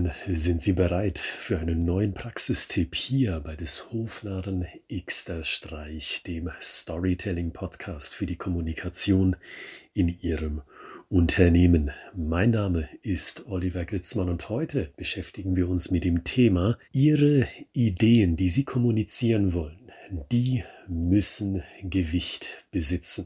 Hörerinnen, sind Sie bereit für einen neuen Praxistipp hier bei des Hofnarren Xter Streich, dem Storytelling-Podcast für die Kommunikation in Ihrem Unternehmen? Mein Name ist Oliver Gritzmann und heute beschäftigen wir uns mit dem Thema Ihre Ideen, die Sie kommunizieren wollen, die müssen Gewicht besitzen.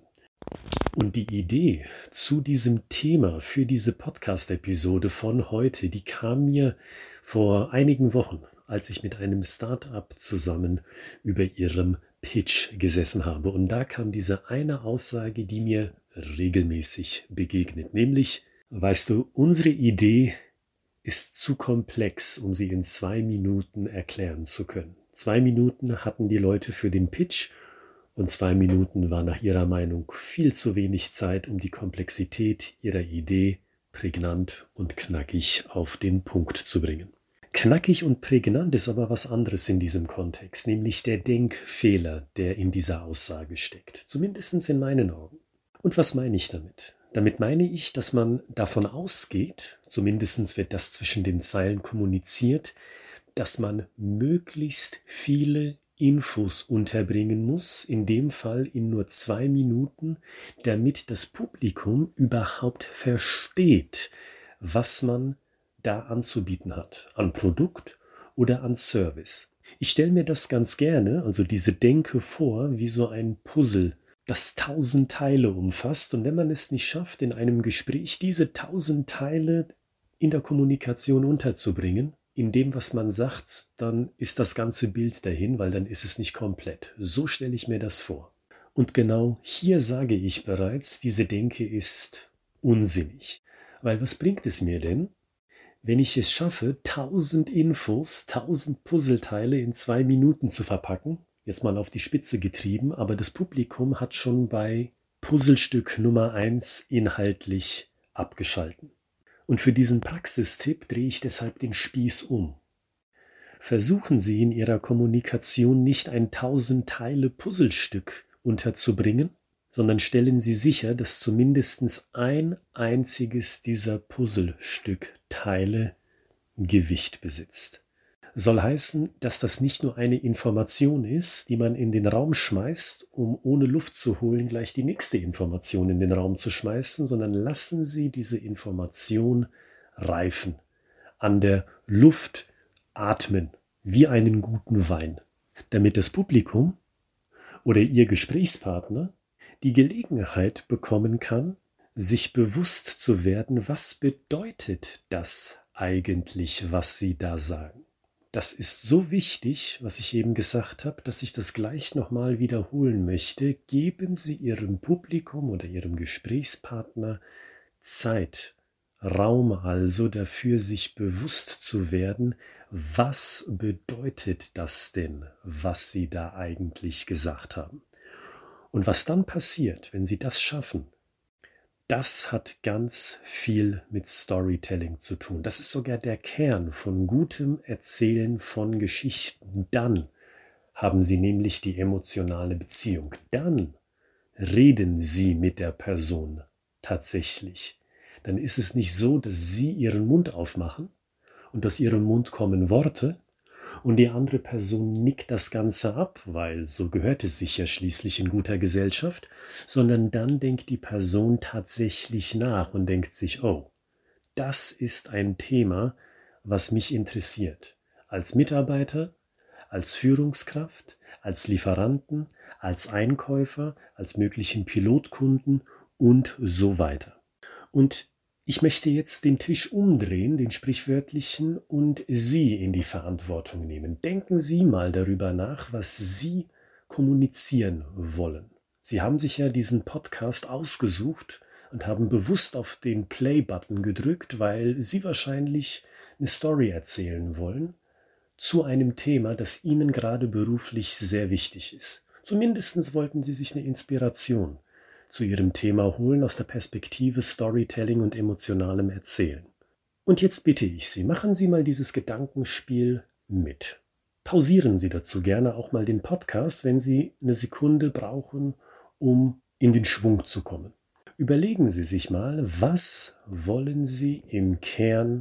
Und die Idee zu diesem Thema für diese Podcast-Episode von heute, die kam mir vor einigen Wochen, als ich mit einem Start-up zusammen über ihrem Pitch gesessen habe. Und da kam diese eine Aussage, die mir regelmäßig begegnet, nämlich, weißt du, unsere Idee ist zu komplex, um sie in 2 Minuten erklären zu können. 2 Minuten hatten die Leute für den Pitch. Und 2 Minuten war nach ihrer Meinung viel zu wenig Zeit, um die Komplexität ihrer Idee prägnant und knackig auf den Punkt zu bringen. Knackig und prägnant ist aber was anderes in diesem Kontext, nämlich der Denkfehler, der in dieser Aussage steckt. Zumindest in meinen Augen. Und was meine ich damit? Damit meine ich, dass man davon ausgeht, zumindest wird das zwischen den Zeilen kommuniziert, dass man möglichst viele Infos unterbringen muss, in dem Fall in nur 2 Minuten, damit das Publikum überhaupt versteht, was man da anzubieten hat, an Produkt oder an Service. Ich stelle mir das ganz gerne, also diese Denke vor, wie so ein Puzzle, das 1000 Teile umfasst, und wenn man es nicht schafft, in einem Gespräch diese 1000 Teile in der Kommunikation unterzubringen, in dem, was man sagt, dann ist das ganze Bild dahin, weil dann ist es nicht komplett. So stelle ich mir das vor. Und genau hier sage ich bereits, diese Denke ist unsinnig. Weil was bringt es mir denn, wenn ich es schaffe, 1000 Infos, 1000 Puzzleteile in 2 Minuten zu verpacken? Jetzt mal auf die Spitze getrieben, aber das Publikum hat schon bei Puzzlestück Nummer 1 inhaltlich abgeschalten. Und für diesen Praxistipp drehe ich deshalb den Spieß um. Versuchen Sie in Ihrer Kommunikation nicht ein 1000 Teile Puzzlestück unterzubringen, sondern stellen Sie sicher, dass zumindest ein einziges dieser Puzzlestückteile Gewicht besitzt. Soll heißen, dass das nicht nur eine Information ist, die man in den Raum schmeißt, um ohne Luft zu holen gleich die nächste Information in den Raum zu schmeißen, sondern lassen Sie diese Information reifen, an der Luft atmen, wie einen guten Wein, damit das Publikum oder Ihr Gesprächspartner die Gelegenheit bekommen kann, sich bewusst zu werden, was bedeutet das eigentlich, was Sie da sagen. Das ist so wichtig, was ich eben gesagt habe, dass ich das gleich nochmal wiederholen möchte. Geben Sie Ihrem Publikum oder Ihrem Gesprächspartner Zeit, Raum also dafür, sich bewusst zu werden, was bedeutet das denn, was Sie da eigentlich gesagt haben. Und was dann passiert, wenn Sie das schaffen, das hat ganz viel mit Storytelling zu tun. Das ist sogar der Kern von gutem Erzählen von Geschichten. Dann haben Sie nämlich die emotionale Beziehung. Dann reden Sie mit der Person tatsächlich. Dann ist es nicht so, dass Sie Ihren Mund aufmachen und aus Ihrem Mund kommen Worte und die andere Person nickt das Ganze ab, weil so gehört es sich ja schließlich in guter Gesellschaft, sondern dann denkt die Person tatsächlich nach und denkt sich, oh, das ist ein Thema, was mich interessiert. Als Mitarbeiter, als Führungskraft, als Lieferanten, als Einkäufer, als möglichen Pilotkunden und so weiter. Und ich möchte jetzt den Tisch umdrehen, den sprichwörtlichen, und Sie in die Verantwortung nehmen. Denken Sie mal darüber nach, was Sie kommunizieren wollen. Sie haben sich ja diesen Podcast ausgesucht und haben bewusst auf den Play-Button gedrückt, weil Sie wahrscheinlich eine Story erzählen wollen zu einem Thema, das Ihnen gerade beruflich sehr wichtig ist. Zumindest wollten Sie sich eine Inspiration zu Ihrem Thema holen aus der Perspektive Storytelling und emotionalem Erzählen. Und jetzt bitte ich Sie, machen Sie mal dieses Gedankenspiel mit. Pausieren Sie dazu gerne auch mal den Podcast, wenn Sie eine Sekunde brauchen, um in den Schwung zu kommen. Überlegen Sie sich mal, was wollen Sie im Kern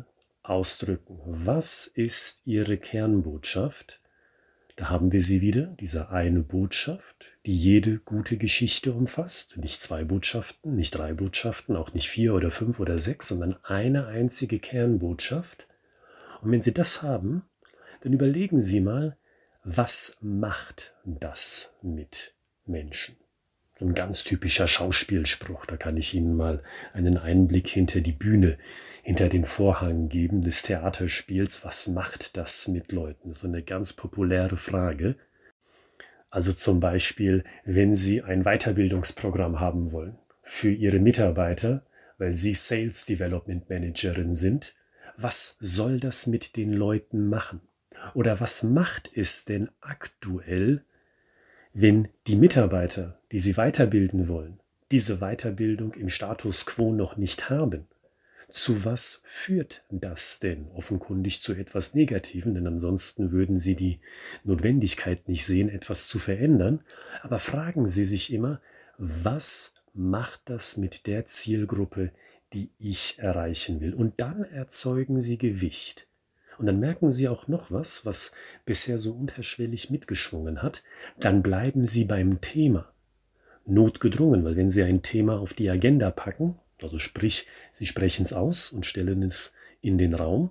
ausdrücken, was ist Ihre Kernbotschaft, da haben wir sie wieder, diese eine Botschaft, die jede gute Geschichte umfasst. Nicht 2 Botschaften, nicht 3 Botschaften, auch nicht 4 oder 5 oder 6, sondern eine einzige Kernbotschaft. Und wenn Sie das haben, dann überlegen Sie mal, was macht das mit Menschen? So ein ganz typischer Schauspielspruch, da kann ich Ihnen mal einen Einblick hinter die Bühne, hinter den Vorhang geben des Theaterspiels. Was macht das mit Leuten? So eine ganz populäre Frage. Also zum Beispiel, wenn Sie ein Weiterbildungsprogramm haben wollen für Ihre Mitarbeiter, weil Sie Sales Development Managerin sind, was soll das mit den Leuten machen? Oder was macht es denn aktuell, wenn die Mitarbeiter, die Sie weiterbilden wollen, diese Weiterbildung im Status quo noch nicht haben? Zu was führt das denn? Offenkundig zu etwas Negativem, denn ansonsten würden Sie die Notwendigkeit nicht sehen, etwas zu verändern. Aber fragen Sie sich immer, was macht das mit der Zielgruppe, die ich erreichen will? Und dann erzeugen Sie Gewicht. Und dann merken Sie auch noch was bisher so unterschwellig mitgeschwungen hat. Dann bleiben Sie beim Thema. Notgedrungen, weil wenn Sie ein Thema auf die Agenda packen, also sprich, Sie sprechen es aus und stellen es in den Raum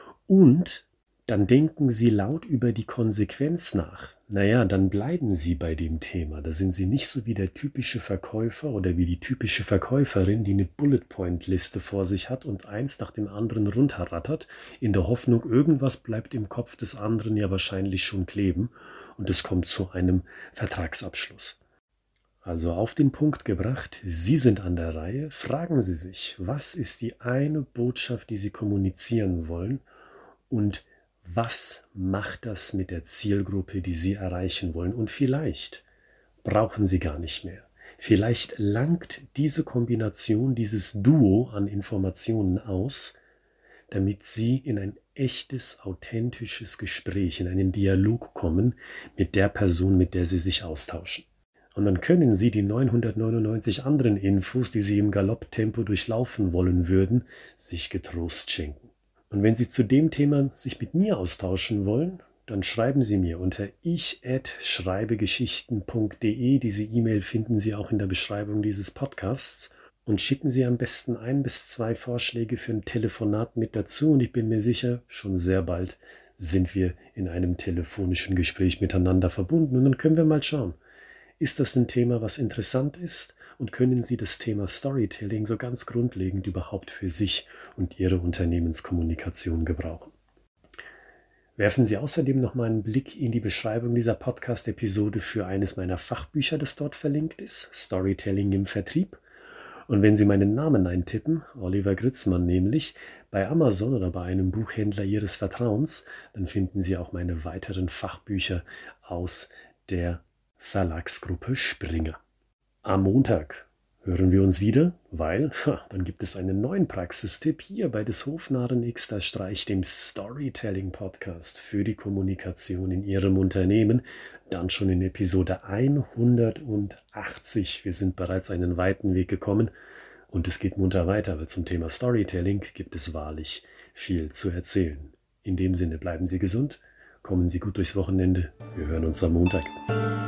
und dann denken Sie laut über die Konsequenz nach. Naja, dann bleiben Sie bei dem Thema. Da sind Sie nicht so wie der typische Verkäufer oder wie die typische Verkäuferin, die eine Bullet-Point-Liste vor sich hat und eins nach dem anderen runterrattert, in der Hoffnung, irgendwas bleibt im Kopf des anderen ja wahrscheinlich schon kleben und es kommt zu einem Vertragsabschluss. Also auf den Punkt gebracht, Sie sind an der Reihe, fragen Sie sich, was ist die eine Botschaft, die Sie kommunizieren wollen und was macht das mit der Zielgruppe, die Sie erreichen wollen? Und vielleicht brauchen Sie gar nicht mehr. Vielleicht langt diese Kombination, dieses Duo an Informationen aus, damit Sie in ein echtes, authentisches Gespräch, in einen Dialog kommen mit der Person, mit der Sie sich austauschen. Und dann können Sie die 999 anderen Infos, die Sie im Galopptempo durchlaufen wollen würden, sich getrost schenken. Und wenn Sie zu dem Thema sich mit mir austauschen wollen, dann schreiben Sie mir unter ich@schreibegeschichten.de. Diese E-Mail finden Sie auch in der Beschreibung dieses Podcasts. Und schicken Sie am besten 1 bis 2 Vorschläge für ein Telefonat mit dazu. Und ich bin mir sicher, schon sehr bald sind wir in einem telefonischen Gespräch miteinander verbunden. Und dann können wir mal schauen, ist das ein Thema, was interessant ist? Und können Sie das Thema Storytelling so ganz grundlegend überhaupt für sich und Ihre Unternehmenskommunikation gebrauchen? Werfen Sie außerdem noch mal einen Blick in die Beschreibung dieser Podcast-Episode für eines meiner Fachbücher, das dort verlinkt ist, Storytelling im Vertrieb. Und wenn Sie meinen Namen eintippen, Oliver Gritzmann nämlich, bei Amazon oder bei einem Buchhändler Ihres Vertrauens, dann finden Sie auch meine weiteren Fachbücher aus der Verlagsgruppe Springer. Am Montag hören wir uns wieder, weil dann gibt es einen neuen Praxistipp hier bei des Hofnarren Xter Streich, dem Storytelling-Podcast für die Kommunikation in Ihrem Unternehmen. Dann schon in Episode 180. Wir sind bereits einen weiten Weg gekommen und es geht munter weiter, weil zum Thema Storytelling gibt es wahrlich viel zu erzählen. In dem Sinne bleiben Sie gesund, kommen Sie gut durchs Wochenende. Wir hören uns am Montag.